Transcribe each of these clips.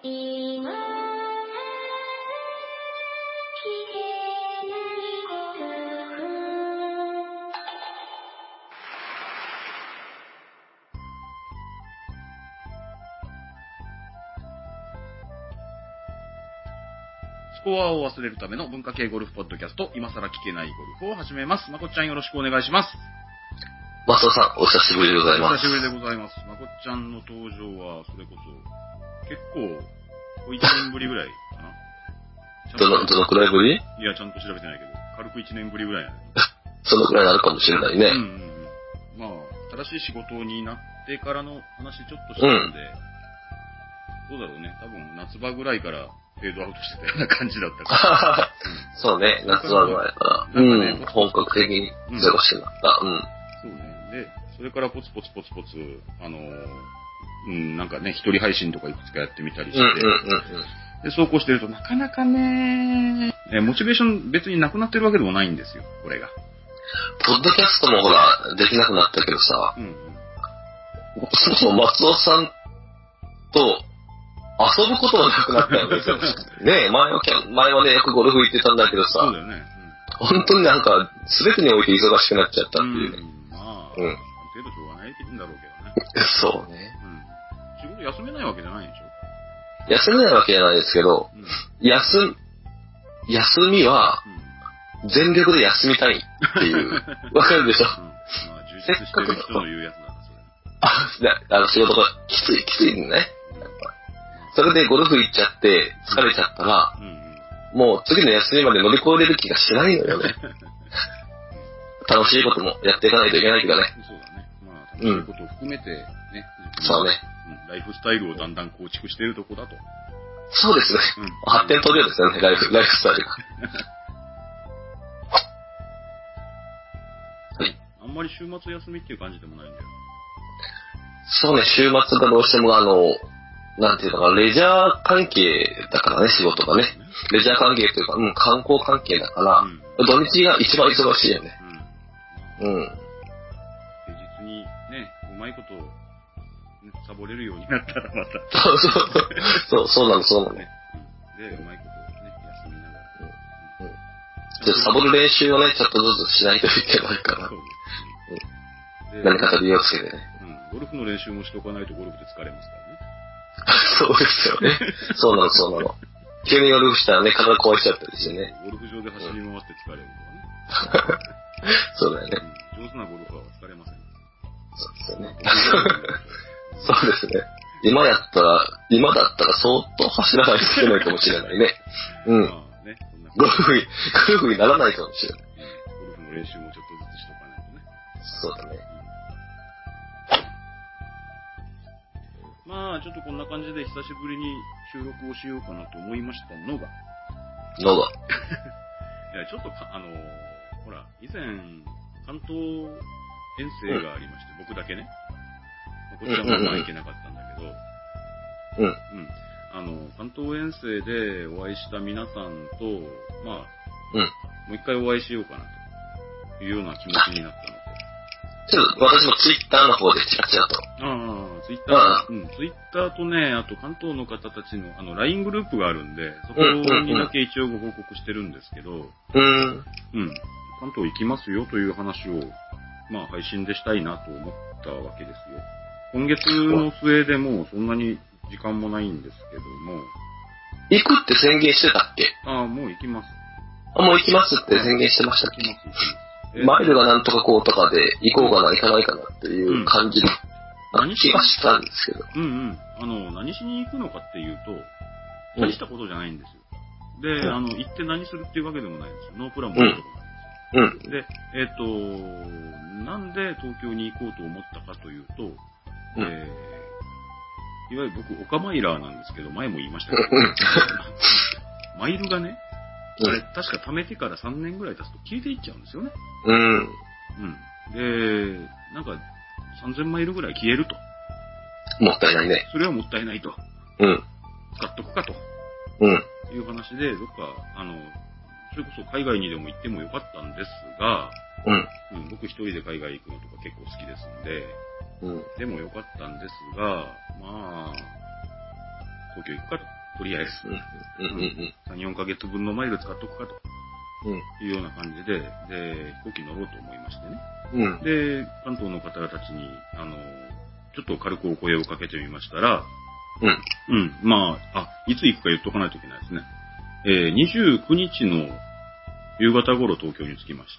スコアを忘れるための文化系ゴルフポッドキャスト、今更聞けないゴルフを始めます。まこっちゃんよろしくお願いします。 マスオさん、お久しぶりでございます。 お久しぶりでございます。まこっちゃんの登場は、それこそ、結構、1年ぶりぐらいかな。 どのくらいぶり？ いや、ちゃんと調べてないけど、軽く1年ぶりぐらいなの。 そのくらいになるかもしれないね。 まあ、新しい仕事になってからの話ちょっとしたので、どうだろうね。多分、夏場ぐらいからフェードアウトしてたような感じだったから。 そうね、夏場ぐらいから。本格的にゼロしてなった。 そうね。で、それからポツポツ、なんかね、一人配信とかいくつかやってみたりして、で、そうこうしてるとなかなかね、モチベーション別になくなってるわけでもないんですよ、これが。 ポッドキャストもほら、できなくなったけどさ、そもそも松尾さんと遊ぶこともなくなったよね。ねえ、前はね、よくゴルフ行ってたんだけどさ、 そうだよね。 本当になんか、すべてにおいて忙しくなっちゃったっていうね。 まあ、ある程度しょうがないんだろうけどね。 そうね。 仕事休めないわけじゃないでしょ？ 休めないわけじゃないですけど、休みは、全力で休みたいっていう。わかるでしょ？ まあ、充実してる人の言うやつだな、それ。 仕事がきついね。それでゴルフ行っちゃって疲れちゃったら、もう次の休みまで乗り越えれる気がしないのよね。楽しいこともやっていかないといけないけどね。 そうだね。まあ、楽しいことを含めてね。 そうね。 ライフスタイルをだんだん構築しているとこだと。 そうですね。発展途上ですよね、ライフスタイルが。はい。 あんまり週末休みっていう感じでもないんだよ。 そうね、週末がどうしてもなんていうのかな、レジャー関係だからね、仕事がね。レジャー関係というか、観光関係だから、土日が一番忙しいよね。 平日にね、うまいこと、サボれるようになったらまた。 そうなのね。 で、うまいことね、休みながら。 で、サボる練習をね、ちょっとずつしないといけないから。何かと理由をつけてね。 ゴルフの練習もしとかないとゴルフで疲れますからね。 そうですよね。そうなの。急にゴルフしたらね、体壊しちゃったりしてね。 ゴルフ場で走り回って疲れるとかね。 そうだよね。 上手なゴルファーは疲れません。 そうですよね。そうですね。今だったら相当走らないといけないかもしれないね。ゴルフにならないかもしれない。 ゴルフの練習もちょっとずつしとかないとね。 そうだね。 まあ、ちょっとこんな感じで久しぶりに収録をしようかなと思いましたのが。いや、ちょっとほら、以前、関東遠征がありまして、僕だけね。こっちはまあ行けなかったんだけど、関東遠征でお会いした皆さんと、まあ、もう一回お会いしようかなというような気持ちになったのと。 ちょっと私もツイッターの方でチラチラと。 ツイッターとね、あと関東の方たちのLINE グループがあるんで、そこにだけ一応ご報告してるんですけど、関東行きますよという話を、まあ配信でしたいなと思ったわけですよ。今月の末でもうそんなに時間もないんですけども。 行くって宣言してたっけ？ もう行きます。 もう行きますって宣言してましたっけ？マイルがなんとかこうとかで行こうかな行かないかなっていう感じの気がしたんですけど。 何しに行くのかっていうと、大したことじゃないんですよ。で、行って何するっていうわけでもないんですよ。ノープランもないとこなんですよ。で、なんで東京に行こうと思ったかというと、いわゆる僕、オカマイラーなんですけど、前も言いましたけど、マイルがね、あれ、確か貯めてから3年ぐらい経つと消えていっちゃうんですよね。で、なんか、3000マイルぐらい消えると。 もったいないね。 それはもったいないと。使っとくかと。いう話で、どっか、それこそ海外にでも行ってもよかったんですが、僕一人で海外行くのとか結構好きですんで、でもよかったんですが、まあ、 東京行くかと。とりあえず。3、4ヶ月分のマイル使っとくかと。いうような感じで、で、飛行機乗ろうと思いましてね。で、関東の方たちに、ちょっと軽くお声をかけてみましたら、まあ、いつ行くか言っとかないといけないですね。29日の夕方頃東京に着きまして、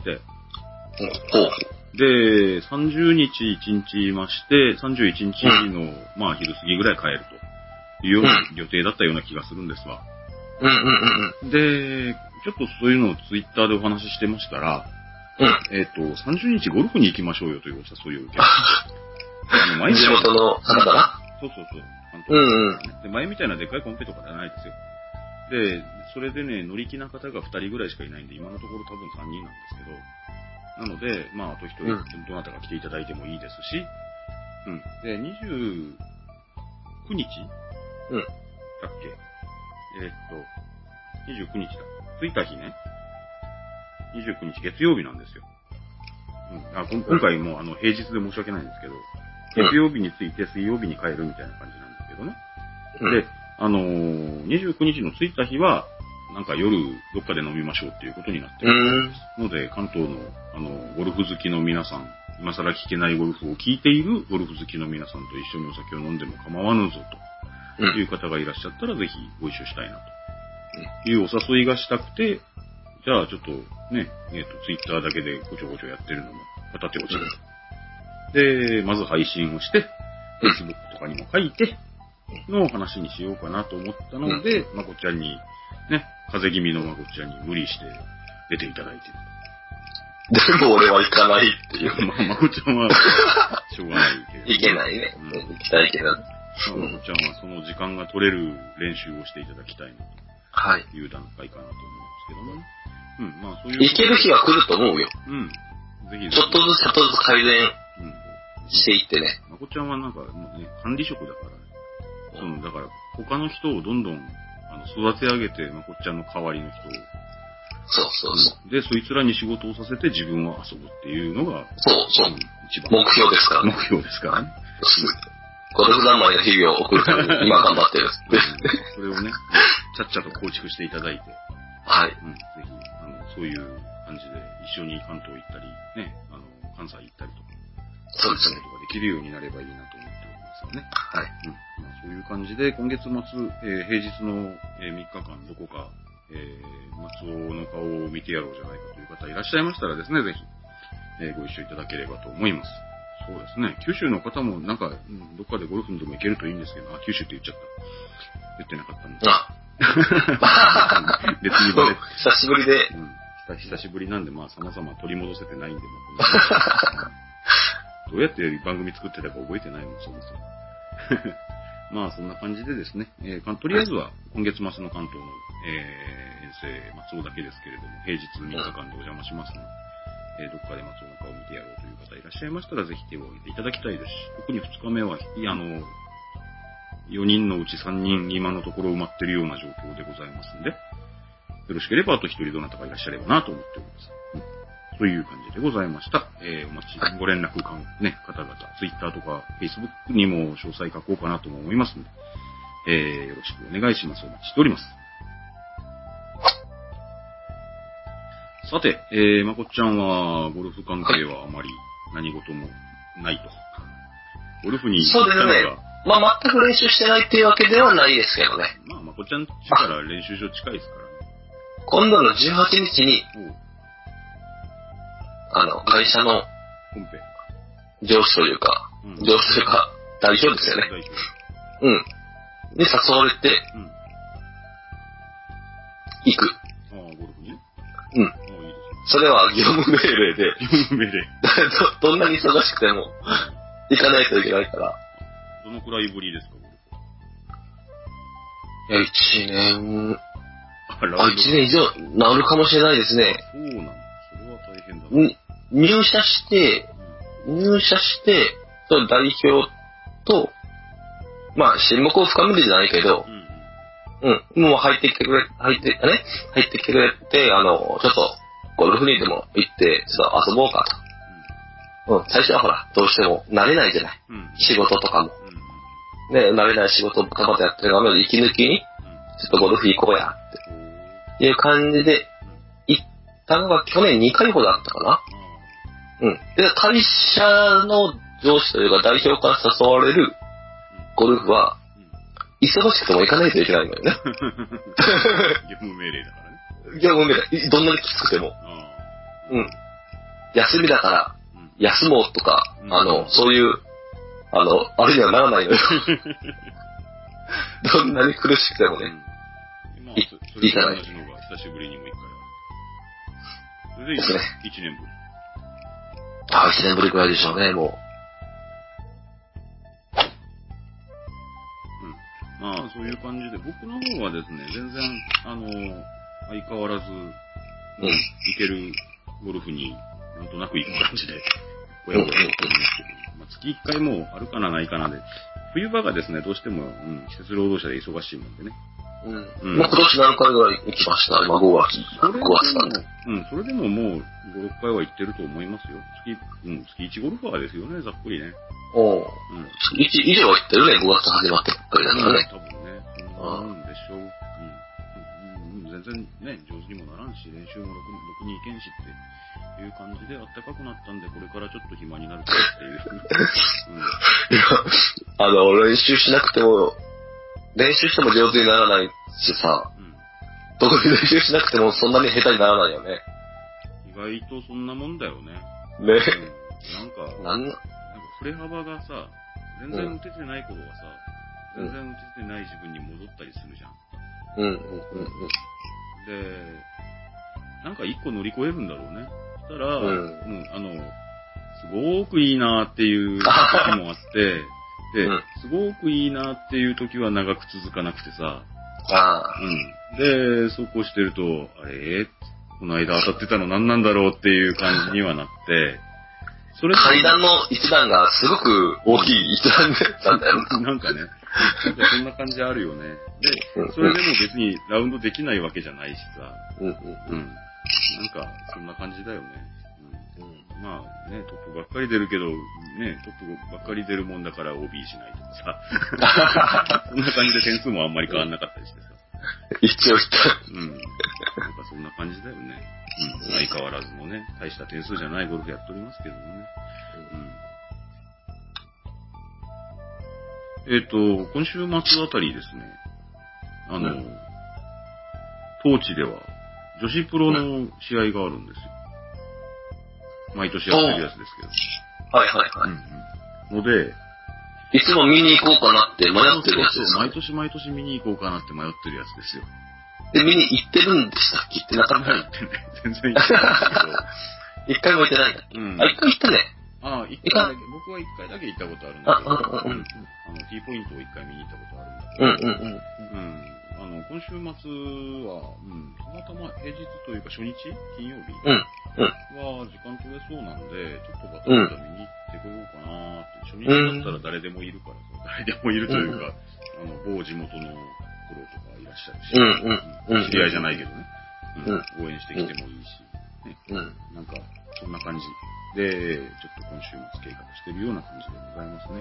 で、30日1日いまして、31日の、まあ、昼過ぎぐらい帰るというような予定だったような気がするんですわ。で、ちょっとそういうのをツイッターでお話ししてましたら、30日ゴルフに行きましょうよというお誘いを受けました。 地元の方かな？ そう。関東ね。で、前みたいなでかいコンペとかではないですよ。で、それでね、乗り気な方が2人ぐらいしかいないんで、今のところ多分3人なんですけど、なので、まあ、あと1人、どなたか来ていただいてもいいですし、で、29日だっけ29日だ。着いた日ね、29日月曜日なんですよ。今回も平日で申し訳ないんですけど、月曜日に着いて水曜日に帰るみたいな感じなんですけどね。で、29日の着いた日は、なんか夜どっかで飲みましょうっていうことになってるので、関東のゴルフ好きの皆さん、今更聞けないゴルフを聞いているゴルフ好きの皆さんと一緒にお酒を飲んでも構わぬぞという方がいらっしゃったら、ぜひご一緒したいなというお誘いがしたくて、じゃあちょっとね、ツイッターだけでごちょごちょやってるのも片手落ちる。で、まず配信をして、Facebook とかにも書いて、の話にしようかなと思ったので、まこちゃんに、ね、風邪気味のまこちゃんに無理して出ていただいてる。でも俺は行かないっていう。 まこちゃんは、しょうがないけど。 行けないね。行きたいけど。 まこちゃんはその時間が取れる練習をしていただきたいなという段階かなと思うんですけどもね。まあそういう。 行ける日は来ると思うよ。 ぜひ。 ちょっとずつ改善していってね。 まこちゃんはなんかもうね、管理職だからね。だから他の人をどんどん育て上げて、まこちゃんの代わりの人を。 そう。 で、そいつらに仕事をさせて自分は遊ぶっていうのが、 一番。目標ですからね。 目標ですからね。 ゴルフ三昧の日々を送るために今頑張ってる。 それをね、ちゃっちゃと構築していただいて、ぜひ、そういう感じで一緒に関東行ったり、ね、関西行ったりとか、 そうですね。 ことができるようになればいいなと思っておりますよね。そういう感じで、今月末、平日の3日間、どこか、松尾の顔を見てやろうじゃないかという方いらっしゃいましたらですね、ぜひ、ご一緒いただければと思います。そうですね。九州の方もなんか、どっかでゴルフにでも行けるといいんですけど、九州って言っちゃった。言ってなかったんで。別に久しぶりで。 久しぶりなんで、まあ、様々取り戻せてないんで、どうやって番組作ってたか覚えてないの、そもそも。まあ、そんな感じでですね、とりあえずは、今月末の関東の、遠征、松尾だけですけれども、平日3日間でお邪魔しますので、どっかで松尾の顔を見てやろうという方いらっしゃいましたら、ぜひ手を挙げていただきたいですし、特に2日目は、4人のうち3人、今のところ埋まっているような状況でございますので、よろしければあと1人どなたかいらっしゃればなと思っております。という感じでございました。ご連絡方々、Twitter とか Facebook にも詳細書こうかなとも思いますので、よろしくお願いします。お待ちしております。さて、まこっちゃんは、ゴルフ関係はあまり何事もないと。ゴルフに行ったのが、 そうですね。まあ、全く練習してないっていうわけではないですけどね。 まあ、まこっちゃん家から練習場近いですからね。 今度の18日に、会社の上司というか、代表ですよね。に誘われて、行く。 ゴルフに？ それは業務命令で、どんなに忙しくても、行かないといけないから。 どのくらいぶりですか？ いや、1年以上なるかもしれないですね。 そうなんだ。それは大変だな。 入社して、その代表と、まあ、親睦を深めるじゃないけど、もう入ってきてくれて、ちょっと、ゴルフにでも行って、ちょっと遊ぼうかと。最初はほら、どうしても慣れないじゃない。仕事とかも。 ね、慣れない仕事をバタバタやってる画面で息抜きに、ちょっとゴルフ行こうや、っていう感じで、行ったのが去年2回ほどあったかな。うん。で、会社の上司というか代表から誘われるゴルフは、忙しくても行かないといけないのよね。 業務命令だからね。 業務命令、どんなにきつくても。うん。休みだから、休もうとか、そういう、あれにはならないのよ。どんなに苦しくてもね。 行かない。同じのが久しぶりにも一回ある。それで1年ぶり。 ああ、1年ぶりくらいでしょうね、もう。 まあ、そういう感じで、僕の方はですね、全然、相変わらず、行けるゴルフになんとなく行く感じで、ぼやぼややってるんですけど、まあ、月1回もあるかなないかなで、冬場がですね、どうしても、季節労働者で忙しいもんでね。 今年何回ぐらい行きました？今5月なんで。 それでももう5、6回は行ってると思いますよ。月1ゴルファーですよね、ざっくりね。 月1以上は行ってるね、5月始まってばっかりだからね。 多分ね、そんなもんでしょう。全然ね、上手にもならんし、練習もろくに行けんしっていう感じで、あったかくなったんで、これからちょっと暇になるかっていう。 いや、練習しなくても、練習しても上手にならないしさ、特に練習しなくてもそんなに下手にならないよね。 意外とそんなもんだよね。 ね。 なんか振れ幅がさ、全然打ててない頃はさ、全然打ててない自分に戻ったりするじゃん。で、なんか一個乗り越えるんだろうね。そしたら、すごくいいなっていう時もあって、で、すごくいいなっていう時は長く続かなくてさ、で、そうこうしてると、あれこの間当たってたの何なんだろうっていう感じにはなって、 階段の一段がすごく大きい一段なんだよね。 なんかそんな感じあるよね。で、それでも別にラウンドできないわけじゃないしさ、なんかそんな感じだよね。まあね、トップばっかり出るけど、ね、トップばっかり出るもんだから OB しないとかさ、そんな感じで点数もあんまり変わんなかったりしてさ。 一応言った。 なんかそんな感じだよね。相変わらずのね、大した点数じゃないゴルフやっておりますけどもね。今週末あたりですね、当地では女子プロの試合があるんですよ。毎年やってるやつですけど。ので、 いつも見に行こうかなって迷ってるやつですか、ね。毎年見に行こうかなって迷ってるやつですよ。 で、見に行ってるんでしたっけ？行ってなかった？ 行ってない。全然行ってないけど。 一回も行ってないんだ。一回行ったね。 一回だけ、僕は一回だけ行ったことあるんだけど、T ポイントを一回見に行ったことあるんだけど、今週末は、たまたま平日というか初日金曜日は時間取れそうなんで、ちょっとバタバタ見に行ってこようかなって。初日だったら誰でもいるからさ、誰でもいるというか、某地元のプロとかいらっしゃるし、知り合いじゃないけどね、応援してきてもいいし、なんか、そんな感じで、ちょっと今週末計画してるような感じでございますね。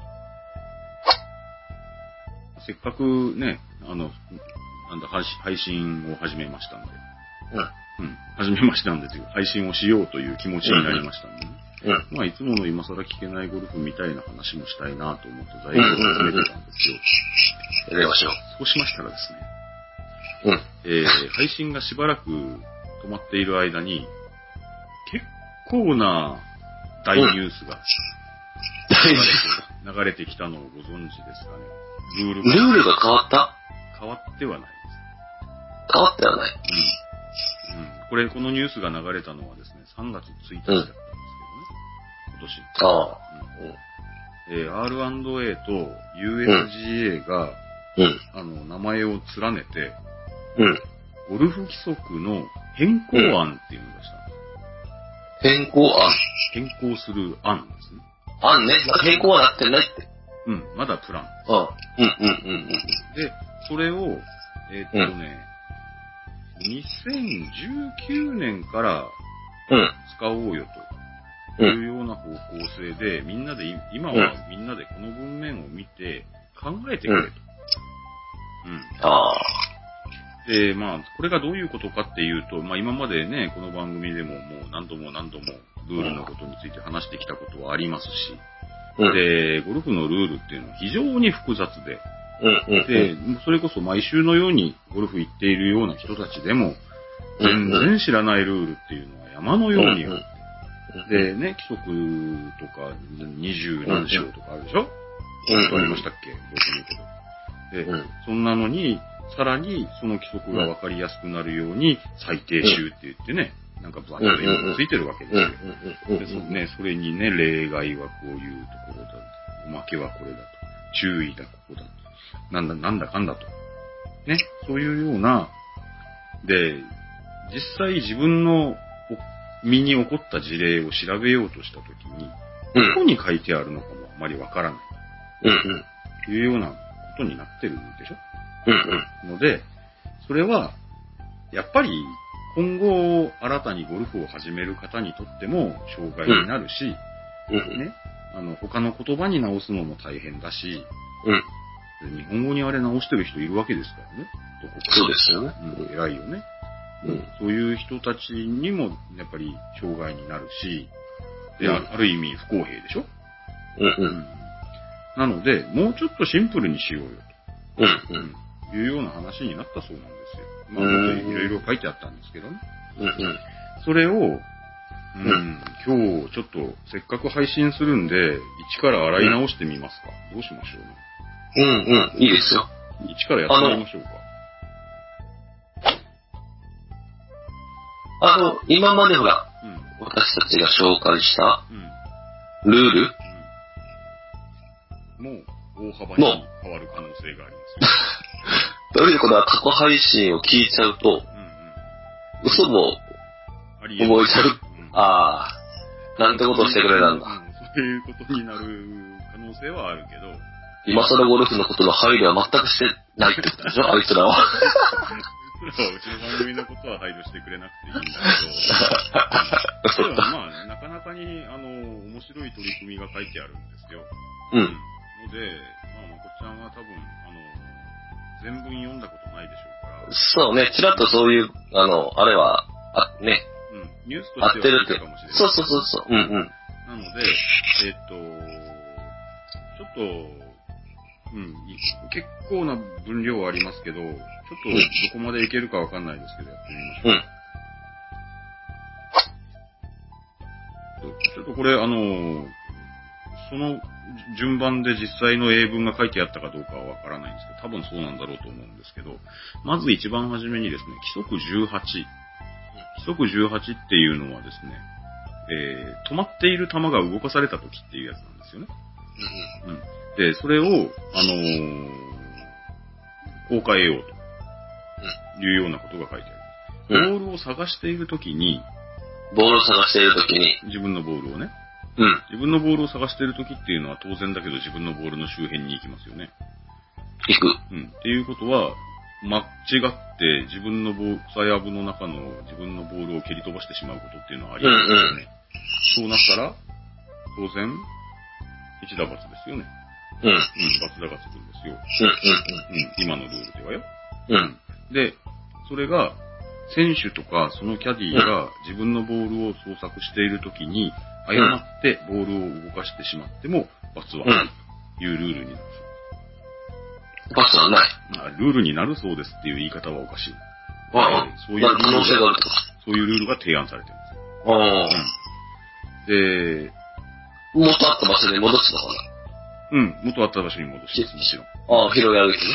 せっかくね、配信を始めましたんで。始めましたんでという、配信をしようという気持ちになりましたんでね。まあ、いつもの今更聞けないゴルフみたいな話もしたいなと思って材料を集めてたんですよ。 やりましょう。 そうしましたらですね。配信がしばらく止まっている間に、結構な大ニュースが流れてきたのをご存知ですかね。 ルールが変わった？ 変わってはないです。 変わってはない。 このニュースが流れたのはですね、3月1日だったんですけどね。今年。R&A と USGA が、名前を連ねて、ゴルフ規則の変更案っていうのを出した。 変更案？ 変更する案ですね。 案ね。変更はなってないって。 まだプラン。で、それを、2019年から使おうよというような方向性で、今はみんなでこの文面を見て考えてくれと。で、まあ、これがどういうことかっていうと、まあ今までね、この番組でももう何度もルールのことについて話してきたことはありますし、で、ゴルフのルールっていうのは非常に複雑で、で、それこそ毎週のようにゴルフ行っているような人たちでも、全然知らないルールっていうのは山のようにあって、でね、規則とか20何章とかあるでしょ？ありましたっけ？どうでもいいけど。で、そんなのに、さらにその規則がわかりやすくなるように最低週って言ってね、なんかバッと今ついてるわけですよ。で、それにね、例外はこういうところだ。おまけはこれだと。注意だ、ここだと。なんだかんだと。ね、そういうような、で、実際自分の身に起こった事例を調べようとしたときに、どこに書いてあるのかもあまりわからない。というようなことになってるでしょ？ので、それは、やっぱり、今後、新たにゴルフを始める方にとっても、障害になるし、ね、他の言葉に直すのも大変だし、日本語にあれ直してる人いるわけですからね。 そうですよね。 偉いよね。そういう人たちにも、やっぱり、障害になるし、で、ある意味不公平でしょ？なので、もうちょっとシンプルにしようよと。いうような話になったそうなんですよ。まあ、いろいろ書いてあったんですけどね。それを、今日ちょっとせっかく配信するんで、一から洗い直してみますか。どうしましょうね。 いいですよ。 一からやってみましょうか。 今までほら、私たちが紹介したルール、 もう大幅に変わる可能性がありますよ。 ということは過去配信を聞いちゃうと、嘘も覚えちゃう。なんてことをしてくれたんだ。 そういうことになる可能性はあるけど。 今更ゴルフのことの配慮は全くしてないってことでしょ、あいつらは。 あいつらはうちの番組のことは配慮してくれなくていいんだけど。まあ、なかなかに、面白い取り組みが書いてあるんですよ。ので、まこっちゃんは多分、全文読んだことないでしょうから。 そうね、ちらっとそういう、あれは、ね。 ニュースとしては聞いたかもしれない。 そう。 なので、ちょっと、結構な分量はありますけど、ちょっとどこまでいけるかわかんないですけど、やってみましょう。ちょっとこれ、その順番で実際の英文が書いてあったかどうかはわからないんですけど、多分そうなんだろうと思うんですけど、まず一番初めにですね、規則18。規則18っていうのはですね、止まっている球が動かされた時っていうやつなんですよね。で、それを、こう変えようというようなことが書いてある。ボールを探している時に、自分のボールをね、自分のボールを探している時っていうのは当然だけど自分のボールの周辺に行きますよね。 行く。 っていうことは、間違って自分の草やぶの中の自分のボールを蹴り飛ばしてしまうことっていうのはありますよね。そうなったら、当然、一打罰ですよね。罰打がつくんですよ。今のルールではよ。で、それが、選手とかそのキャディーが自分のボールを捜索しているときに、誤ってボールを動かしてしまっても、罰はないというルールになるそうです。 罰はない。 ルールになるそうですっていう言い方はおかしい。 そういう可能性があると。 そういうルールが提案されてるんですよ。で、 元あった場所に戻すのかな？ 元あった場所に戻します、もちろん。 拾い上げてね。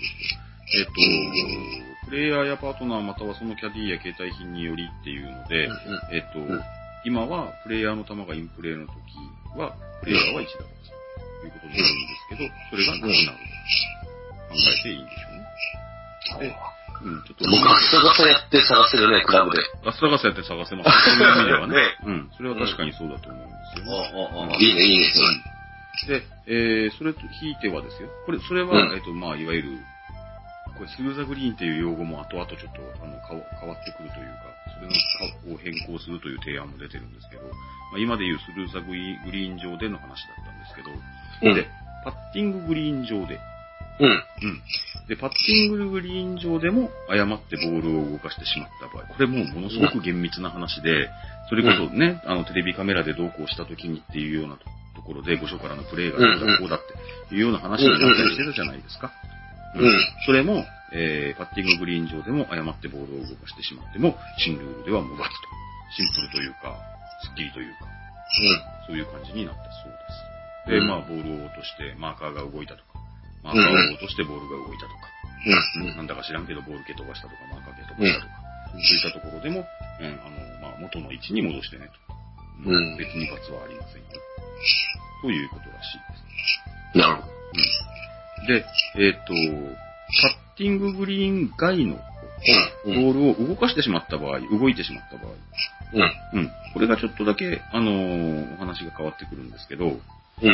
プレイヤーやパートナーまたはそのキャディーや携帯品によりっていうので、今はプレイヤーの球がインプレーの時は、プレイヤーは1打罰ということになるんですけど、それがなくなると考えていいんでしょうね。で、ちょっともうガッサガサやって探せるね、クラブで。 ガッサガサやって探せます。そういう意味ではね。それは確かにそうだと思うんですよね。 いいね。 で、それと引いてはですよ。それは、いわゆる、これ、スルーザグリーンっていう用語も後々ちょっと、変わってくるというか、それのを変更するという提案も出てるんですけど、今でいうスルーザグリーン上での話だったんですけど、で、パッティンググリーン上で、 うん。 うん。で、パッティンググリーン上でも誤ってボールを動かしてしまった場合、これもうものすごく厳密な話で、それこそね、テレビカメラでどうこうした時にっていうようなところで、5章からのプレーがどうだこうだっていうような話になったりしてたじゃないですか。うん。それも、パッティンググリーン上でも誤ってボールを動かしてしまっても、新ルールでは無罰と。シンプルというか、スッキリというか、そういう感じになったそうです。で、まあ、ボールを落として、マーカーが動いたとか、マーカーを落としてボールが動いたとか、なんだか知らんけど、ボール蹴飛ばしたとか、マーカー蹴飛ばしたとか、そういったところでも、まあ、元の位置に戻してねと。別に罰はありませんよ。ということらしいです。 なるほど。 で、パッティンググリーン外のボールを動かしてしまった場合、動いてしまった場合、これがちょっとだけ、お話が変わってくるんですけど、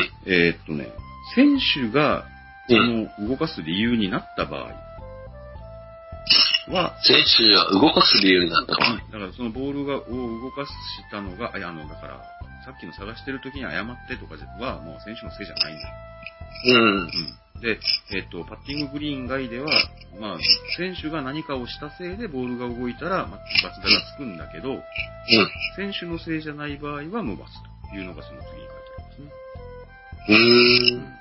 選手が、その動かす理由になった場合は、 選手が動かす理由になった場合、 だからそのボールを動かしたのが、だから、さっきの探してる時に誤ってとかは、もう選手のせいじゃないんだ。で、パッティンググリーン外では、まあ、選手が何かをしたせいでボールが動いたら、罰がつくんだけど、選手のせいじゃない場合は無罰というのがその次に書いてありますね。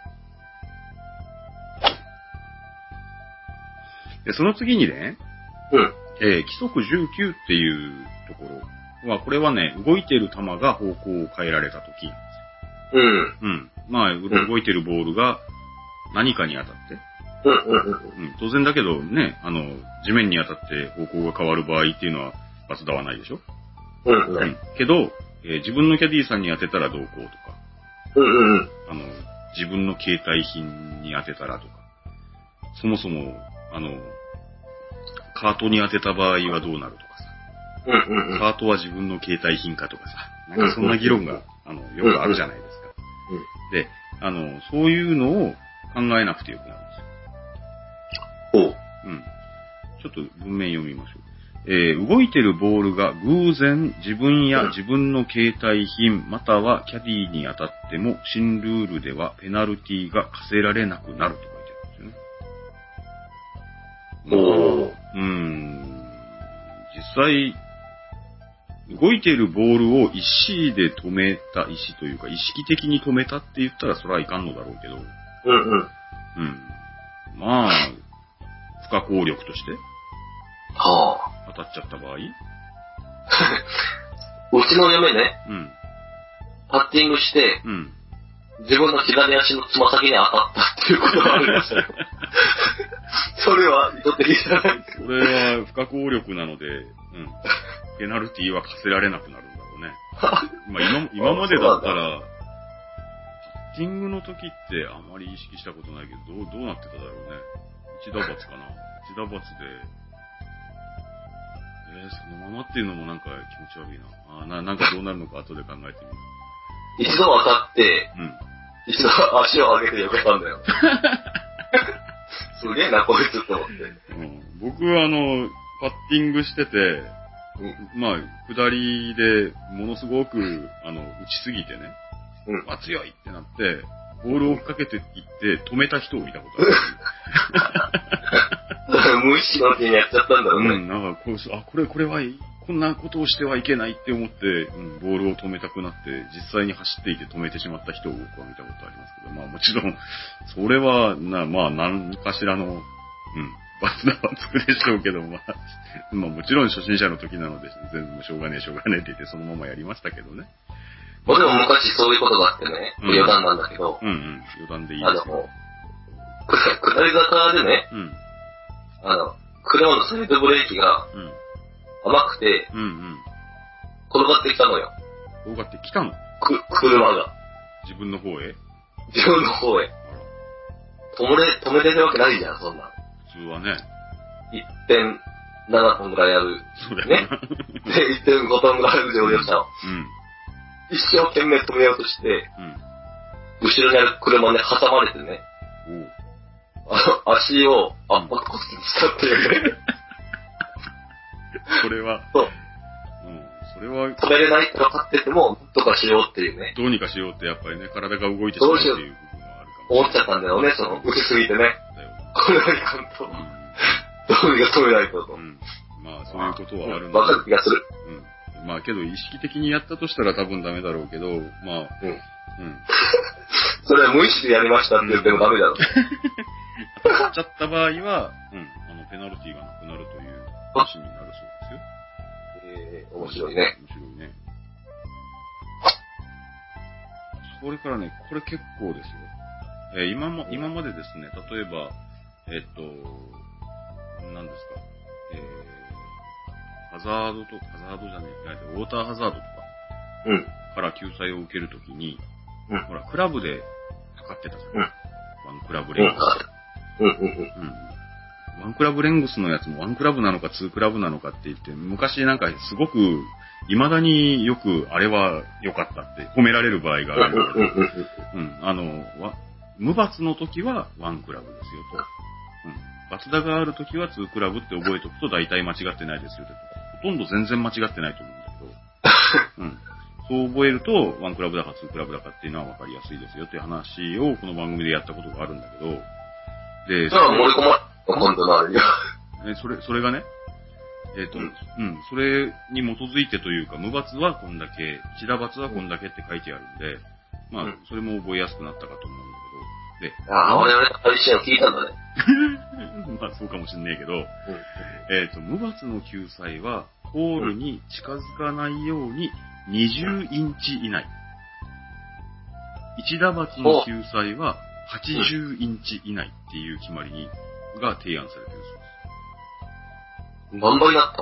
で、その次にね、規則19っていうところは、これはね、動いている球が方向を変えられた時なんですよ。まあ、動いているボールが何かに当たって、当然だけどね、地面に当たって方向が変わる場合っていうのは罰ではないでしょ。けど、自分のキャディーさんに当てたらどうこうとか、自分の携帯品に当てたらとか、そもそも、カートに当てた場合はどうなるとかさ、カートは自分の携帯品かとかさ、なんかそんな議論が、よくあるじゃないですか。で、そういうのを考えなくてよくなるんですよ。ちょっと文面読みましょう。動いてるボールが偶然自分や自分の携帯品またはキャディに当たっても新ルールではペナルティが課せられなくなると書いてあるんですよね。実際、動いているボールを石で止めた、石というか意識的に止めたって言ったらそれはいかんのだろうけど、まあ、不可抗力として、当たっちゃった場合うちの嫁ね、パッティングして、自分の左足のつま先に当たったっていうことがあるんですよ。それは意図的じゃないんですか。 これは不可抗力なので、ペナルティは課せられなくなるんだろうね。まあ今までだったら、パッティングの時ってあまり意識したことないけど、どうなってただろうね。一打罰かな。一打罰で、そのままっていうのもなんか気持ち悪いな。なんかどうなるのか後で考えてみる。 一度当たって、一度足を上げてよけたんだよ。すげえな、こいつって思って。 僕はパッティングしてて、まあ、下りでものすごく、打ちすぎてね、強いってなって、ボールを追っかけていって止めた人を見たことある。 無意識のうちにやっちゃったんだろうね。 なんかこれは、こんなことをしてはいけないって思って、ボールを止めたくなって、実際に走っていて止めてしまった人を僕は見たことありますけど、まあもちろん、それは、まあ何かしらの、罰はつくでしょうけど、まあもちろん初心者の時なので、全部しょうがねえって言ってそのままやりましたけどね。 僕も昔そういうことがあってね、余談なんだけど、 余談でいいですよ。 下り坂でね、車のサイドブレーキが甘くて、転がってきたのよ。 転がってきたの？ 車が。 自分の方へ？ 自分の方へ。止めれるわけないじゃん、そんな。 普通はね。 1.7 トンぐらいある。 そうだよね。で、1.5 トンぐらいある乗用車を。一生懸命止めようとして、後ろにある車に挟まれてね。足を圧迫骨折したっていうね。 それは、それは、 止めれないって分かってても、どうかしようっていうね。 どうにかしようってやっぱりね、体が動いてしまうっていう部分はあるかもしれない。 思っちゃったんだよね、打ちすぎてね。 だよこれはいかんと。どうにか止めないとと。 まあ、そういうことはあるんだ。わかる気がする。 まあ、けど、意識的にやったとしたら多分ダメだろうけど、まあ、 それは無意識でやりましたって言ってもダメだろう。 当たっちゃった場合は、ペナルティがなくなるという話になるそうですよ。 面白いね。 面白いね。それからね、これ結構ですよ。今までですね、例えば、何ですか、ハザードじゃねえ、ウォーターハザードとか、から救済を受けるときに、ほら、クラブで測ってたじゃん。ワンクラブレングス。ワンクラブレングスのやつもワンクラブなのかツークラブなのかって言って、昔なんかすごく、未だによくあれは良かったって褒められる場合があるんだけど、無罰の時はワンクラブですよと。罰打がある時はツークラブって覚えておくと大体間違ってないですよと。ほとんど全然間違ってないと思うんだけど、そう覚えるとワンクラブだかツークラブだかっていうのは分かりやすいですよっていう話をこの番組でやったことがあるんだけど、 で、じゃあ盛り込まれ今度のあれに。 それがね、それに基づいてというか、無罰はこんだけ、一打罰はこんだけって書いてあるんで、まあ、それも覚えやすくなったかと思うんだけど、で、 我々の配信を聞いたんだね。 まあ、そうかもしんねえけど、無罰の救済は、ホールに近づかないように20インチ以内。一打罰の救済は80インチ以内っていう決まりが提案されてるそうです。何倍だった？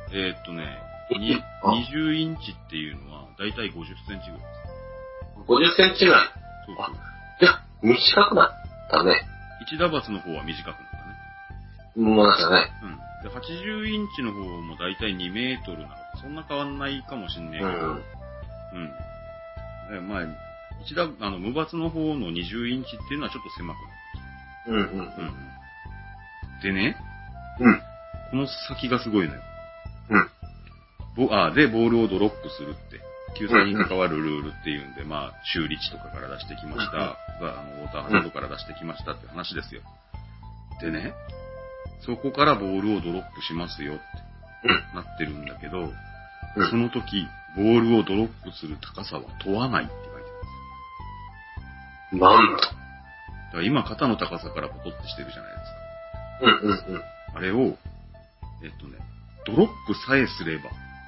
20インチっていうのは、だいたい50センチぐらいです。 50センチぐらい？そう。いや、短くなったね。 一打罰の方は短くなったね。 まだね。 で、80インチの方もだいたい2メートルなので、そんな変わんないかもしんねえけど、まあ、無罰の方の20インチっていうのはちょっと狭くなる。でね、この先がすごいのよ。で、ボールをドロップするって、救済に関わるルールっていうんで、まあ、修理値とかから出してきました、ウォーターハザードから出してきましたって話ですよ。でね、そこからボールをドロップしますよってなってるんだけど、その時、ボールをドロップする高さは問わないって書いてある。 なんと。だから今、肩の高さからポトってしてるじゃないですか。あれを、ドロップさえすれば、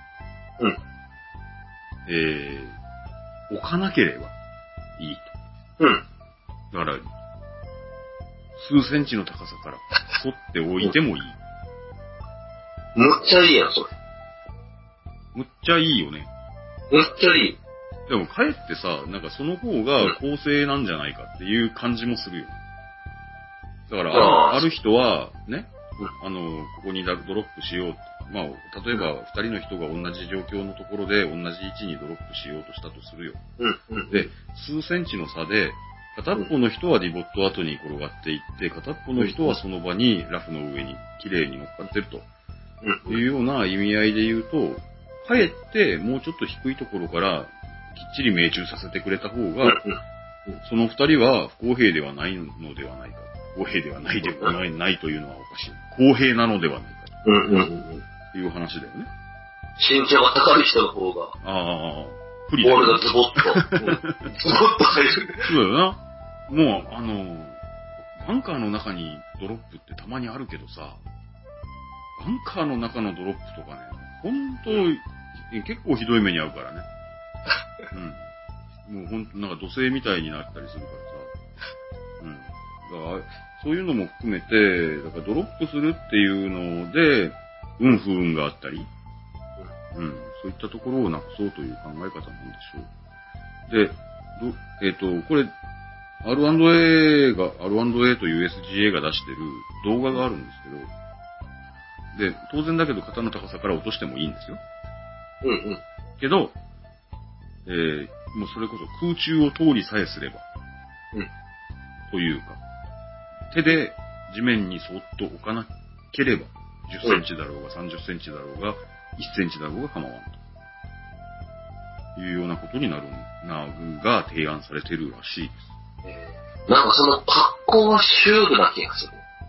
置かなければいいと。だから、数センチの高さから取っておいてもいい。 むっちゃいいやん、それ。 むっちゃいいよね。 むっちゃいい。 でも、かえってさ、なんかその方が公正なんじゃないかっていう感じもするよ。だから、ある人は、ね、ここにドロップしよう。まあ、例えば、二人の人が同じ状況のところで同じ位置にドロップしようとしたとするよ。で、数センチの差で、片っぽの人はリボット後に転がっていって、片っぽの人はその場にラフの上に綺麗に乗っかってると。いうような意味合いで言うと、かえってもうちょっと低いところからきっちり命中させてくれた方が、その二人は不公平ではないのではないか。不公平ではないというのはおかしい。公平なのではないか。という話だよね。 身長が高い人の方が。 不利だよ。 ボールがズボッと。ズボッと入る。 そうだよな。もう、バンカーの中にドロップってたまにあるけどさ、バンカーの中のドロップとかね、ほんと、結構ひどい目に遭うからね。もうほんと、なんか土星みたいになったりするからさ。だから、そういうのも含めて、だからドロップするっていうので、不運があったり、そういったところをなくそうという考え方なんでしょう。で、これ、R&A という SGA が出してる動画があるんですけど、で、当然だけど肩の高さから落としてもいいんですよ。けど、もうそれこそ空中を通りさえすれば、というか、手で地面にそっと置かなければ、10センチだろうが30センチだろうが、1センチだろうが構わんというようなことになるが提案されてるらしいです。 なんかその格好はシュールな気がする。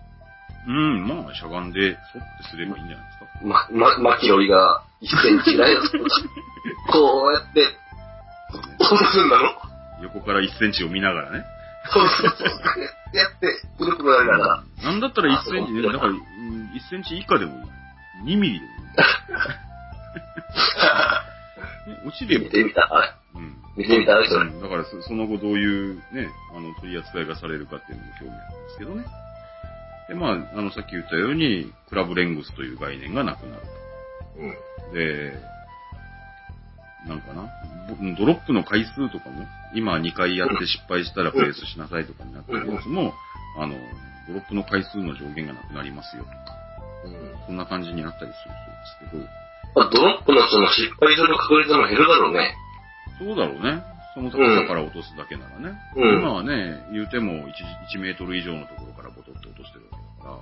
まあ、しゃがんで、そってすればいいんじゃないですか。 マキロイが1センチぐらいのこうやって、そうするんだろ。 横から1センチを見ながらね。 そう。やって、くるくるやりながら。 なんだったら1センチ、だから1センチ以下でもいい。2ミリでもいい。落ちれば。 見てみた。見てみたそれ。 だからその後どういうね、取り扱いがされるかっていうのも興味あるんですけどね。で、まあ、さっき言ったように、クラブレングスという概念がなくなると。で、なんかな、ドロップの回数とかも、今2回やって失敗したらプレースしなさいとかになってるやつも、ドロップの回数の上限がなくなりますよとか、そんな感じになったりするそうですけど。 ドロップのその失敗する確率も減るだろうね。 そうだろうね。その高さから落とすだけならね。今はね、言うても1メートル以上のところからボトって落としてるわけだから、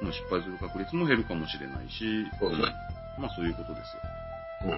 失敗する確率も減るかもしれないし、まあそういうことですよ。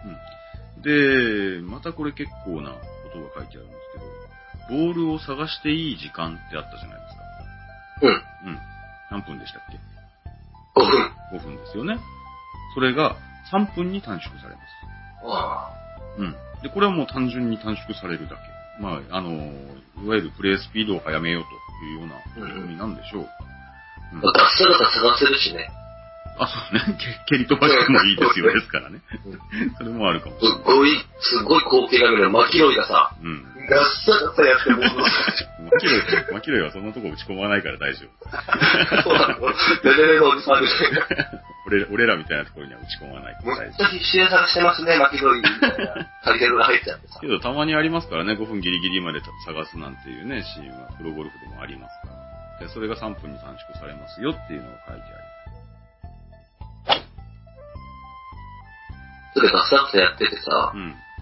で、またこれ結構なことが書いてあるんですけど、ボールを探していい時間ってあったじゃないですか。何分でしたっけ？5分ですよね。それが3分に短縮されます。で、これはもう単純に短縮されるだけ。まあ、いわゆるプレイスピードを速めようというような取り組みなんでしょう。 脱サラが探せるしね。 あ、そうね。蹴り飛ばしてもいいですよですからね。それもあるかもしれない。 すごい光景が見れる。マキロイがさ、ガッサガサやってボールをマキロイはそんなとこ打ち込まないから大丈夫。 そうなの。レレレのおじさんで。 俺らみたいなところには打ち込まないから大丈夫。 めっちゃ必死で探してますね、マキロイみたいな。タリテルが入っちゃってさ。 けどたまにありますからね、5分ギリギリまで探すなんていうね、シーンはプロゴルフでもありますから。で、それが3分に短縮されますよっていうのが書いてあります。 それでガサッとやっててさ、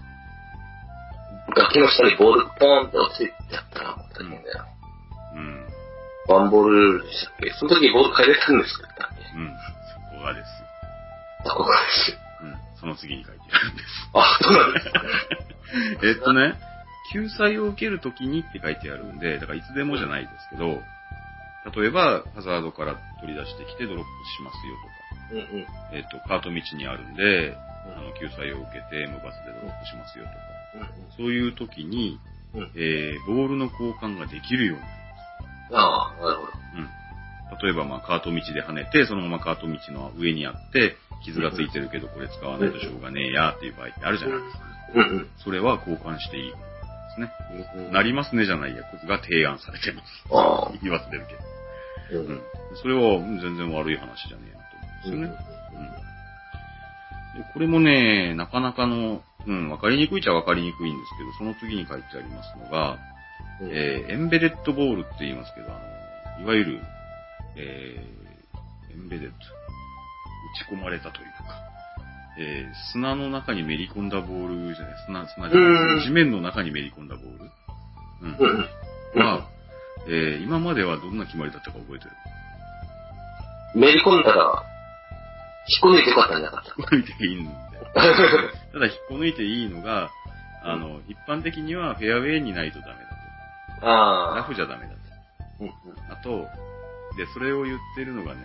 崖の下にボールポーンって落ちてやったら思ったんだよ。ワンボールルールでしたっけ？その時にボール変えれたんですか？ そこがですよ。 そこがですよ。 その次に書いてあるんです。 あ、そうなんですか。 救済を受けるときにって書いてあるんで、だからいつでもじゃないですけど、例えば、ハザードから取り出してきてドロップしますよとか、カート道にあるんで、救済を受けて無罰でドロップしますよとか、そういうときに、ボールの交換ができるようになります。ああ、なるほど。例えば、カート道で跳ねて、そのままカート道の上にあって、傷がついてるけどこれ使わないとしょうがねえやっていう場合ってあるじゃないですか。それは交換していいことですね。なりますねじゃないやつが提案されてます。言わせてるけど。それは全然悪い話じゃねえなと思うんですよね。でこれもね、なかなかの、わかりにくいっちゃわかりにくいんですけど、その次に書いてありますのが、エンベデッドボールって言いますけど、いわゆる、エンベデッド、打ち込まれたというか、砂の中にめり込んだボールじゃない、砂じゃない、地面の中にめり込んだボール、は、今まではどんな決まりだったか覚えてる？ めり込んだら、引っこ抜いてよかったんじゃなかった？ 引っこ抜いていいんだよ。ただ引っこ抜いていいのが、一般的にはフェアウェイにないとダメだと。ラフじゃダメだと。あと、で、それを言ってるのがね、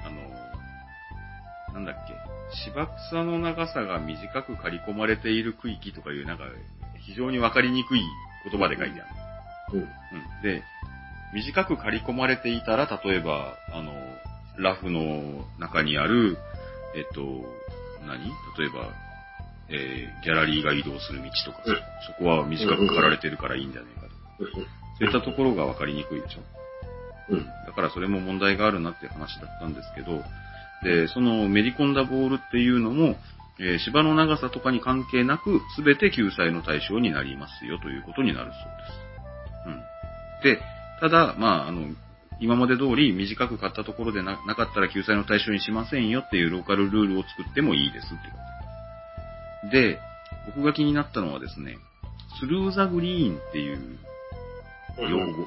なんだっけ、芝草の長さが短く刈り込まれている区域とかいう、なんか、非常にわかりにくい言葉で書いてある。で、短く刈り込まれていたら、例えば、ラフの中にある、例えば、ギャラリーが移動する道とか、そこは短く刈られてるからいいんじゃないかとか。そういったところがわかりにくいでしょ。だからそれも問題があるなっていう話だったんですけど、で、そのめり込んだボールっていうのも、芝の長さとかに関係なく、すべて救済の対象になりますよということになるそうです。で、ただ、今まで通り短く買ったところでなかったら救済の対象にしませんよっていうローカルルールを作ってもいいですってことで、僕が気になったのはですね、スルーザグリーンっていう用語。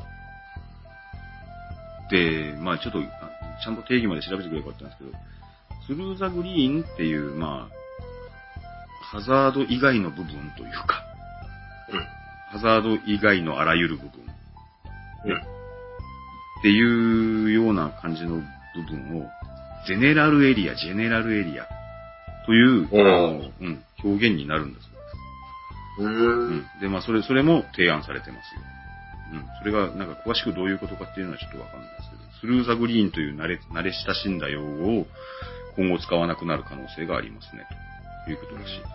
で、ちょっと、ちゃんと定義まで調べてくればよかったんですけど、スルーザグリーンっていう、ハザード以外の部分というか、ハザード以外のあらゆる部分。 っていうような感じの部分を、ジェネラルエリアという、表現になるんです。で、まあ、それも提案されてますよ。それが、なんか詳しくどういうことかっていうのはちょっとわかんないですけど、スルーザグリーンという慣れ親しんだ用語を今後使わなくなる可能性がありますね、ということらしい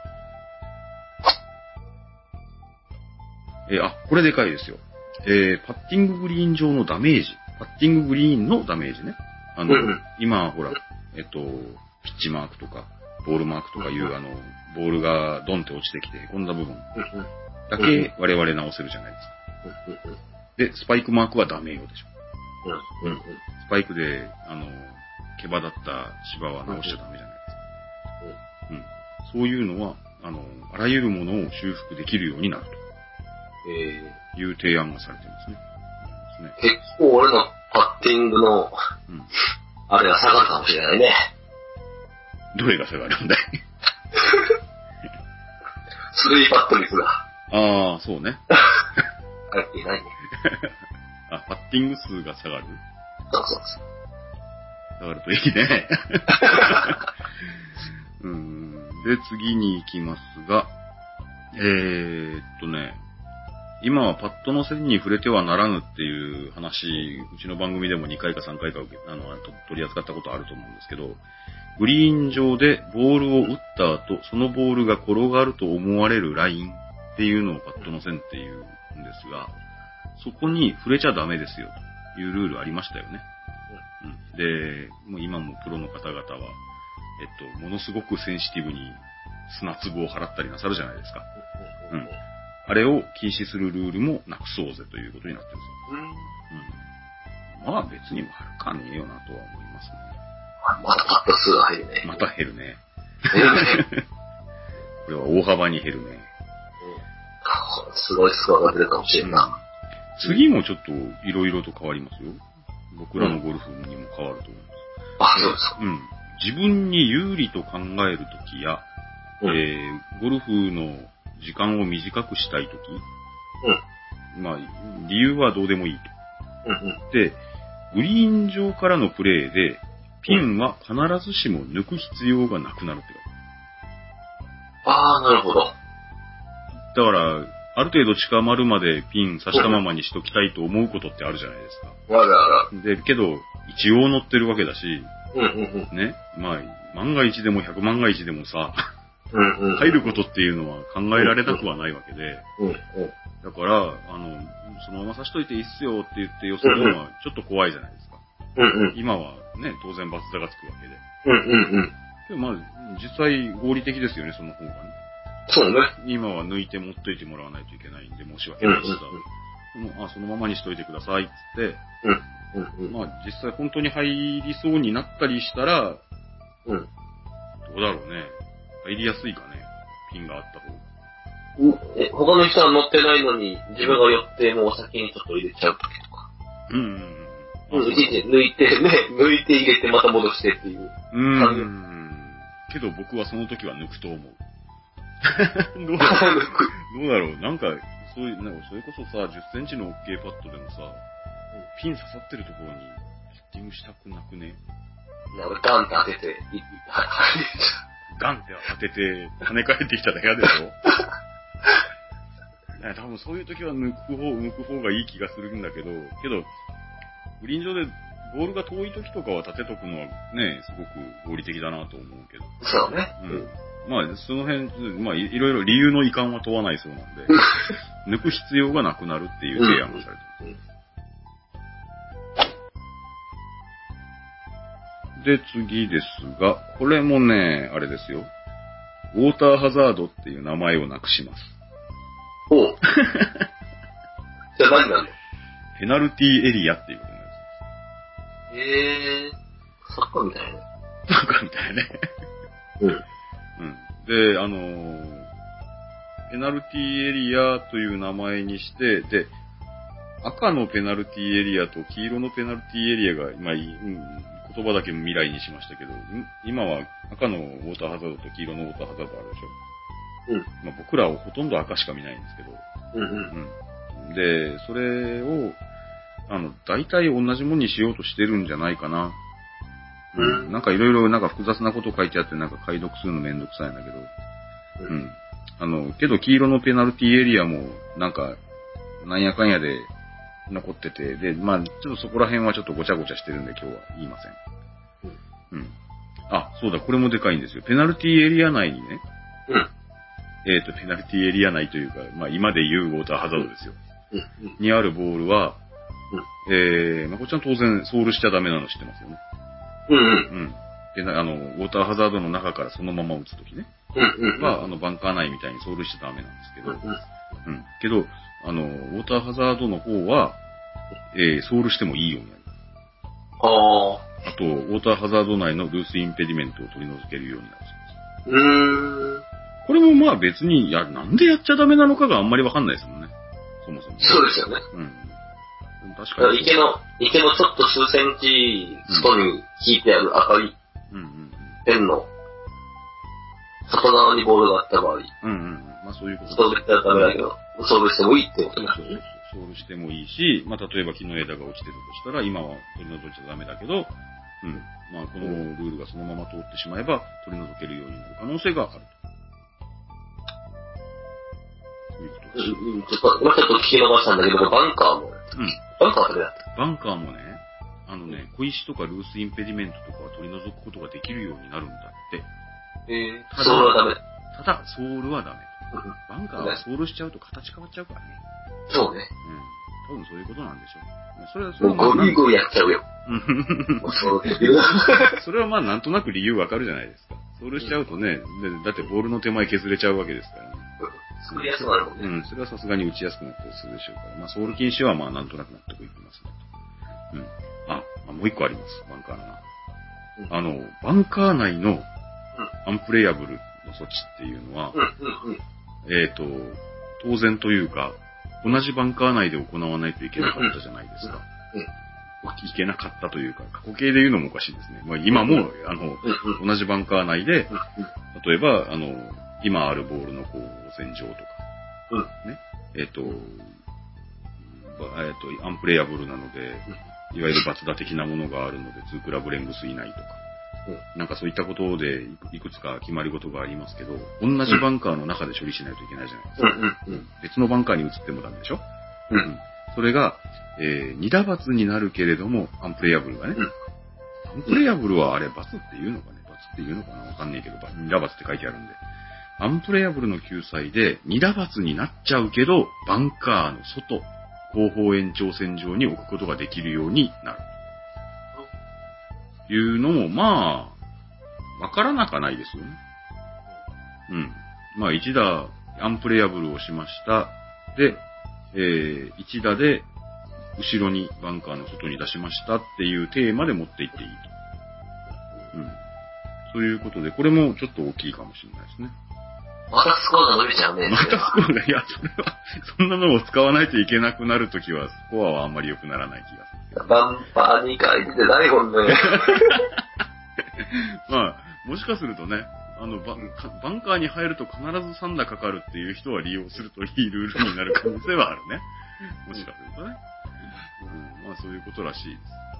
です。これでかいですよ。パッティンググリーン上のダメージ。パッティンググリーンのダメージね。今、ほら、ピッチマークとか、ボールマークとかいう、ボールがドンって落ちてきて、こんな部分だけ我々直せるじゃないですか。で、スパイクマークはダメよでしょ。スパイクで、毛羽立った芝は直しちゃダメじゃないですか。そういうのは、あらゆるものを修復できるようになると。いう提案がされてますね。 結構俺のパッティングの、あれが下がるかもしれないね。 どれが下がるんだいスリーパット率が。 ああ、そうね。 入っていないね。 パッティング数が下がる？ そう。 下がるといいね。で、次に行きますが、今はパッドの線に触れてはならぬっていう話、うちの番組でも2回か3回か取り扱ったことあると思うんですけど、グリーン上でボールを打った後、そのボールが転がると思われるラインっていうのをパッドの線っていうんですが、そこに触れちゃダメですよというルールありましたよね。で、もう今もプロの方々は、ものすごくセンシティブに砂粒を払ったりなさるじゃないですか。あれを禁止するルールもなくそうぜということになってるんですよ。まあ別に悪かねえよなとは思いますね。 またパット数が減るね。 また減るね。これは大幅に減るね。 すごいスコアが出るかもしれんな。 次もちょっといろいろと変わりますよ。僕らのゴルフにも変わると思います。 そうですか。 自分に有利と考えるときや、ゴルフの時間を短くしたいとき、まあ、理由はどうでもいいと。で、グリーン上からのプレーで、ピンは必ずしも抜く必要がなくなるってこと。なるほど。 だから、ある程度近まるまでピン刺したままにしときたいと思うことってあるじゃないですか。で、けど、一応乗ってるわけだし、ね、まあ、万が一でも100万が一でもさ、入ることっていうのは考えられなくはないわけで、だから、そのまま刺しといていいっすよって言って寄せるのはちょっと怖いじゃないですか。今はね、当然バツ座がつくわけで。でもまあ、実際合理的ですよね、その方がね。 そうね。 今は抜いて持っといてもらわないといけないんで申し訳ないしさ。そのままにしといてくださいって言って、まあ実際本当に入りそうになったりしたら、どうだろうね。入りやすいかね。ピンがあった方が。 他の人は乗ってないのに、自分が寄ってもう先にちょっと入れちゃうときとか。抜いて入れてまた戻してっていう。 けど僕はその時は抜くと思う。どうだろうなんか、それこそさ、10センチの OK パッドでもさ、ピン刺さってるところにパッティングしたくなくね？ ガンって当てて、 ガンって当てて、跳ね返ってきたら嫌でしょ多分そういう時は抜く方がいい気がするんだけど、グリーン上でボールが遠い時とかは立てとくのはね、すごく合理的だなと思うけど。 そうね。 まあ、その辺、まあ、いろいろ理由の遺憾は問わないそうなんで、抜く必要がなくなるっていう提案がされてます。で、次ですが、これもね、あれですよ。ウォーターハザードっていう名前をなくします。 じゃあ何なの？ ペナルティーエリアっていうことになります。サッカーみたいな。 サッカーみたいね。で、ペナルティーエリアという名前にして、で、赤のペナルティーエリアと黄色のペナルティーエリアが、今、言葉だけ未来にしましたけど、今は赤のウォーターハザードと黄色のウォーターハザードあるでしょ。まあ、僕らはほとんど赤しか見ないんですけど。で、それを、 大体同じものにしようとしてるんじゃないかな。なんかいろいろなんか複雑なこと書いてあってなんか解読するのめんどくさいんだけど。けど黄色のペナルティエリアもなんか、なんやかんやで残ってて、で、まあちょっとそこら辺はちょっとごちゃごちゃしてるんで今日は言いません。あ、そうだ、これもでかいんですよ。ペナルティエリア内にね。ペナルティエリア内というか、まあ今で言うウォーターハザードですよ。にあるボールは、まこちゃん当然ソールしちゃダメなの知ってますよね。で、ウォーターハザードの中からそのまま打つときね。は、バンカー内みたいにソールしちゃダメなんですけど。けど、ウォーターハザードの方は、ソールしてもいいようになる。あと、ウォーターハザード内のルースインペディメントを取り除けるようになるそうです。これもまあ別に、なんでやっちゃダメなのかがあんまりわかんないですもんね。そもそも。 そうですよね。 確かに。 池のちょっと数センチ外に引いてある赤いペンの外側にボールがあった場合。 まあそういうこと。 ソールしたらダメだけど、ソールしてもいいってことですね。 ソールしてもいいし、まあ例えば木の枝が落ちてるとしたら、今は取り除いちゃダメだけど、まあこのルールがそのまま通ってしまえば取り除けるようになる可能性があると。 ちょっと聞き逃したんだけど、バンカーも。バンカーはどれだった？ バンカーもね、小石とかルースインペディメントとかは取り除くことができるようになるんだって。 ソールはダメ。 ただ、ソールはダメ。バンカーはソールしちゃうと形変わっちゃうからね。 そうね。 多分そういうことなんでしょう。 それはゴリゴリやっちゃうよ。 それはまあなんとなく理由わかるじゃないですか。ソールしちゃうとね、だってボールの手前削れちゃうわけですからね。 作りやすくなるもんね。 それはさすがに打ちやすくなったりするでしょうから。まあソール禁止はまあなんとなく納得いきますね。もう一個あります。バンカーの。バンカー内のアンプレイアブルの措置っていうのは、当然というか、同じバンカー内で行わないといけなかったじゃないですか。いけなかったというか、過去形で言うのもおかしいですね。まあ、今も、同じバンカー内で、例えば、今あるボールのこう、線上とか、ね、アンプレイアブルなので、いわゆるバツ打的なものがあるので、2クラブレングス以内とか、なんかそういったことでいくつか決まり事がありますけど、同じバンカーの中で処理しないといけないじゃないですか。別のバンカーに移ってもダメでしょ。それが、2打罰になるけれども、アンプレイアブルがね。アンプレイアブルはあれ、罰って言うのかね、罰って言うのかなわかんないけど、2打罰って書いてあるんで。アンプレイアブルの救済で2打罰になっちゃうけど、バンカーの外、後方延長線上に置くことができるようになる。いうのも、まあ、わからなかないですよね。まあ、1打アンプレイアブルをしました。で、1打で後ろにバンカーの外に出しましたっていうテーマで持っていっていいと。そういうことで、これもちょっと大きいかもしれないですね。 またスコアが伸びちゃうね。 またスコアが、いや、それは、そんなのを使わないといけなくなるときは、スコアはあんまり良くならない気がする。 バンパーに書いてないもんね。 まあ、もしかするとね、バンカーに入ると必ず3打かかるっていう人は利用するといいルールになる可能性はあるね。もしかするとね。まあそういうことらしい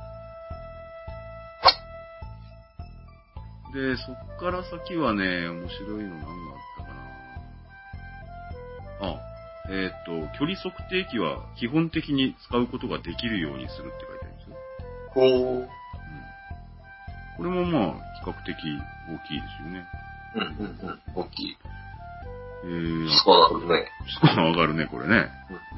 です。で、そっから先はね、面白いの何があったかな。距離測定器は基本的に使うことができるようにするって書いてあるんですよ。これもまあ、比較的大きいですよね。 大きい。 スコア上がるね。スコア上がるね、これね。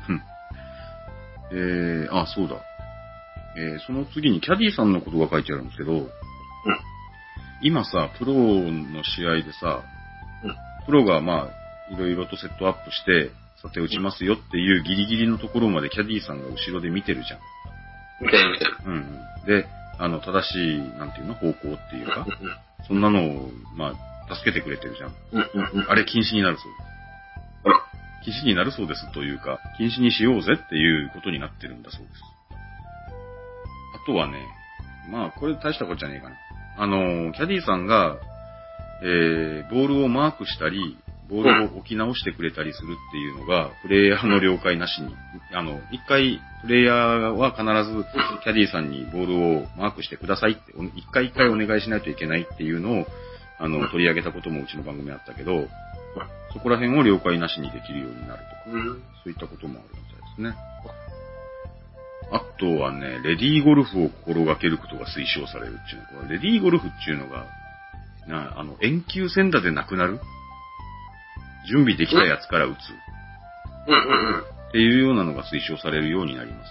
そうだ。その次にキャディさんのことが書いてあるんですけど、今さ、プロの試合でさ、プロがまあ、いろいろとセットアップして、さて打ちますよっていうギリギリのところまでキャディさんが後ろで見てるじゃん。 見てる。 で、正しい、なんていうの、方向っていうか、そんなのを、まあ、助けてくれてるじゃん。あれ禁止になるそうです。禁止になるそうですというか、禁止にしようぜっていうことになってるんだそうです。あとはね、まあ、これ大したことじゃねえかな。キャディさんが、ボールをマークしたり、 ボールを置き直してくれたりするっていうのが、プレイヤーの了解なしに、一回、プレイヤーは必ず、キャディーさんにボールをマークしてくださいって、一回お願いしないといけないっていうのを、取り上げたこともうちの番組あったけど、そこら辺を了解なしにできるようになるとか、そういったこともあるみたいですね。あとはね、レディーゴルフを心がけることが推奨されるっていうのは、レディーゴルフっていうのが、遠球戦打でなくなる準備できたやつから打つ。っていうようなのが推奨されるようになり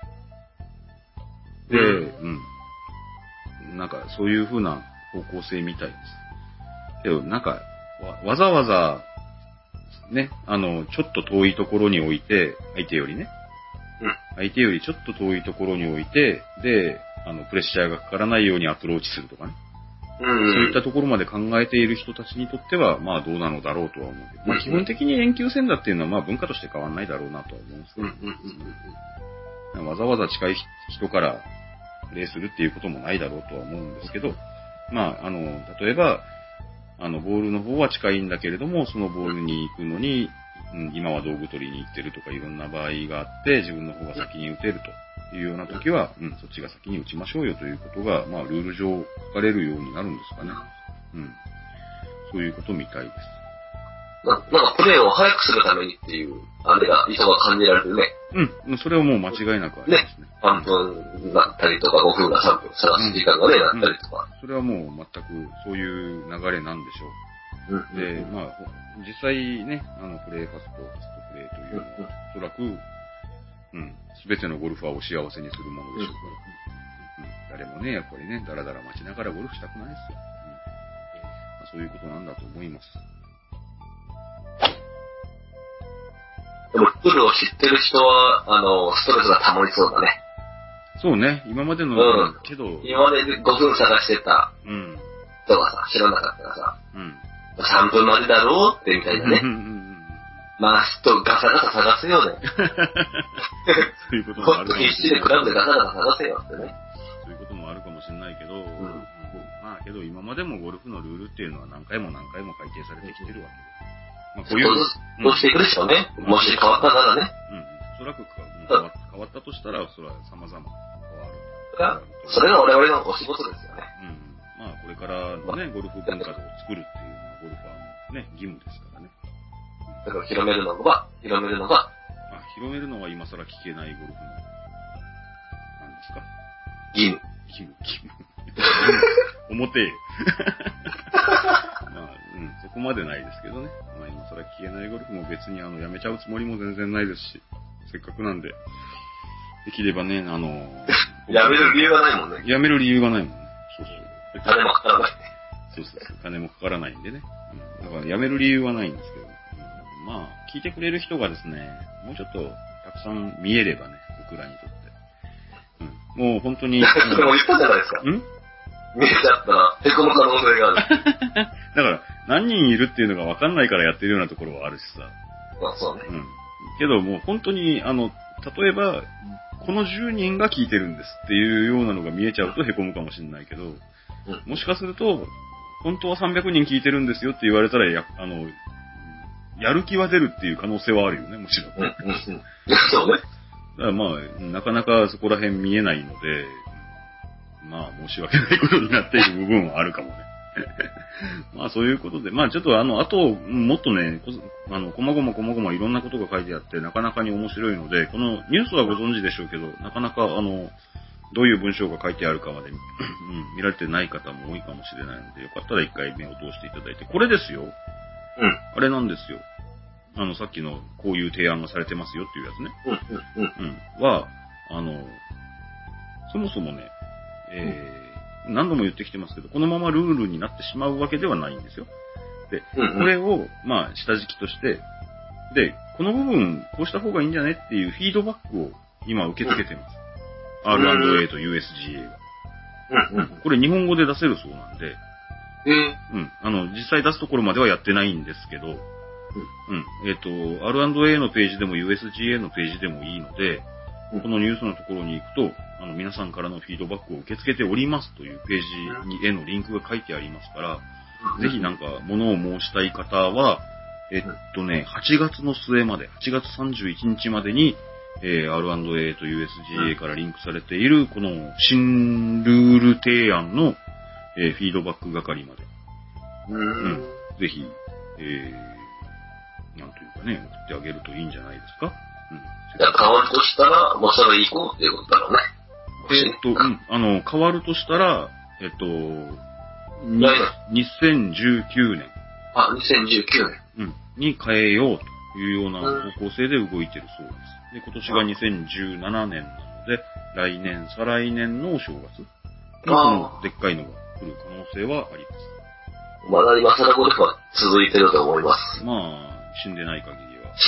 ますよ。で、なんかそういう風な方向性みたいです。けど、なんか、わざわざ、ね、ちょっと遠いところに置いて、相手よりちょっと遠いところに置いて、で、プレッシャーがかからないようにアプローチするとかね。そういったところまで考えている人たちにとっては、まあどうなのだろうとは思うけど、まあ基本的に遠球戦打っていうのはまあ文化として変わんないだろうなとは思うんですけど、わざわざ近い人からプレーするっていうこともないだろうとは思うんですけど、まあ例えば、ボールの方は近いんだけれども、そのボールに行くのに、今は道具取りに行ってるとかいろんな場合があって、自分の方が先に打てるというような時は、そっちが先に打ちましょうよということが、まあ、ルール上書かれるようになるんですかね。そういうことみたいです。 なんかプレーを早くするためにっていう、意図が感じられるね。 それはもう間違いなくありますね。 3分だったりとか、5分が3分探す時間がね、なったりとか。 それはもう全くそういう流れなんでしょう。で、まあ、実際ね、プレーファストプレーというのは、おそらく、すべてのゴルファーを幸せにするものでしょうから。誰もね、やっぱりね、だらだら待ちながらゴルフしたくないですよ。そういうことなんだと思います。 でも、ルールを知ってる人は、ストレスが溜まりそうだね。 そうね、今までの、けど。 今まで5分探してた人がさ、知らなかったらさ、3分までだろうってみたいなね。まあ、ガサガサ探せよね。 そういうこともあるかもしれない。 もっと必死でクラブでガサガサ探せよってね。 そういうこともあるかもしれないけど、まあけど今までもゴルフのルールっていうのは何回も改定されてきてるわけで。 まあこういう。どうしていくでしょうね。もし変わったならね。 おそらく変わったとしたら、それは様々変わる。 それが我々のお仕事ですよね。 まあこれからのね、ゴルフ文化を作るっていうのはゴルファーのね、義務ですからね。 だから広めるのが、 広めるのは今更聞けないゴルフの、何ですか？ 義務。表へ。まあ、そこまでないですけどね。まあ今更聞けないゴルフも別にやめちゃうつもりも全然ないですし、せっかくなんで、できればね、 やめる理由がないもんね。 やめる理由がないもんね。 そう。金もかからない。 そう。金もかからないんでね。だからやめる理由はないんですけど。まあ、聞いてくれる人がですね、もうちょっとたくさん見えればね、僕らにとって。もう本当に。 それも言ったじゃないですか。見えちゃったら、へこむ可能性がある。 だから、何人いるっていうのが分かんないからやってるようなところはあるしさ。 まあそうね。 けどもう本当に、例えば、この10人が聞いてるんですっていうようなのが見えちゃうとへこむかもしれないけど、もしかすると、本当は300人聞いてるんですよって言われたら、やる気は出るっていう可能性はあるよね、もちろん。 そうね。 だからまあ、なかなかそこら辺見えないので、まあ申し訳ないことになっている部分はあるかもね。まあそういうことで、まあちょっとあと、もっとね、こまごまいろんなことが書いてあって、なかなかに面白いので、このニュースはご存知でしょうけど、なかなかどういう文章が書いてあるかまで、見られてない方も多いかもしれないので、よかったら一回目を通していただいて、これですよ。あれなんですよ。さっきのこういう提案がされてますよっていうやつね。は、そもそもね、何度も言ってきてますけど、このままルールになってしまうわけではないんですよ。で、これを、まあ、下敷きとして、で、この部分、こうした方がいいんじゃねっていうフィードバックを今受け付けてます。R&A と USGA が。これ日本語で出せるそうなんで、実際出すところまではやってないんですけど、R&A のページでも USGA のページでもいいので、このニュースのところに行くと、皆さんからのフィードバックを受け付けておりますというページへのリンクが書いてありますから、ぜひなんか物を申したい方は、 8月の末まで、8月31日までに、R&A と USGA からリンクされている、この新ルール提案の、フィードバック係まで。ぜひ、なんというかね、送ってあげるといいんじゃないですか。 じゃあ変わるとしたら、もうそれ以降っていうことだろうね。 変わるとしたら、2019年。 あ、2019 年。に変えようというような方向性で動いてるそうです。で、今年が2017年なので、来年、再来年のお正月にこのでっかいのが来る可能性はあります。 まだ今更ゴルフは続いてると思います。 まあ、死んでない限りは。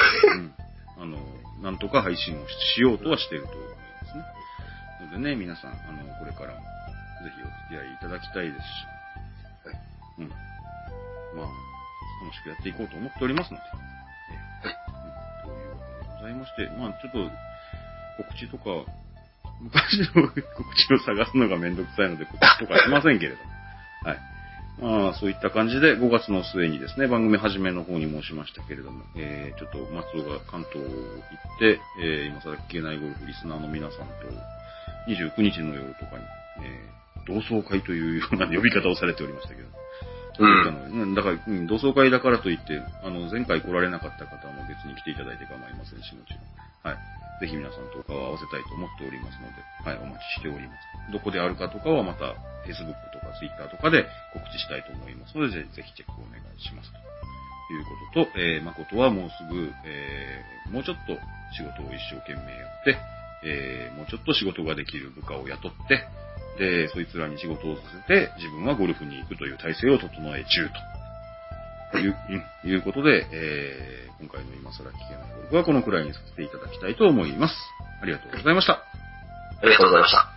なんとか配信をしようとはしていると思いますね。のでね、皆さん、これからもぜひお付き合いいただきたいですし、まあ、楽しくやっていこうと思っておりますので、というわけでございまして、まあ、ちょっと、告知とか、昔の告知を探すのがめんどくさいので告知とかしませんけれども、はい。まあ、そういった感じで5月の末にですね、番組始めの方に申しましたけれども、ちょっと松尾が関東行って、今更聞けないゴルフリスナーの皆さんと、29日の夜とかに、同窓会というような呼び方をされておりましたけど、だから、同窓会だからといって、前回来られなかった方も別に来ていただいて構いませんし、もちろん。はい。ぜひ皆さんとお顔を合わせたいと思っておりますので、はい、お待ちしております。どこであるかとかはまた、Facebook とか Twitter とかで告知したいと思いますので、ぜひチェックお願いします。ということと、誠はもうすぐ、もうちょっと仕事を一生懸命やって、もうちょっと仕事ができる部下を雇って、で、そいつらに仕事をさせて、自分はゴルフに行くという体制を整え中と。いうことで、今回の今更聞けないゴルフはこのくらいにさせていただきたいと思います。ありがとうございました。 ありがとうございました。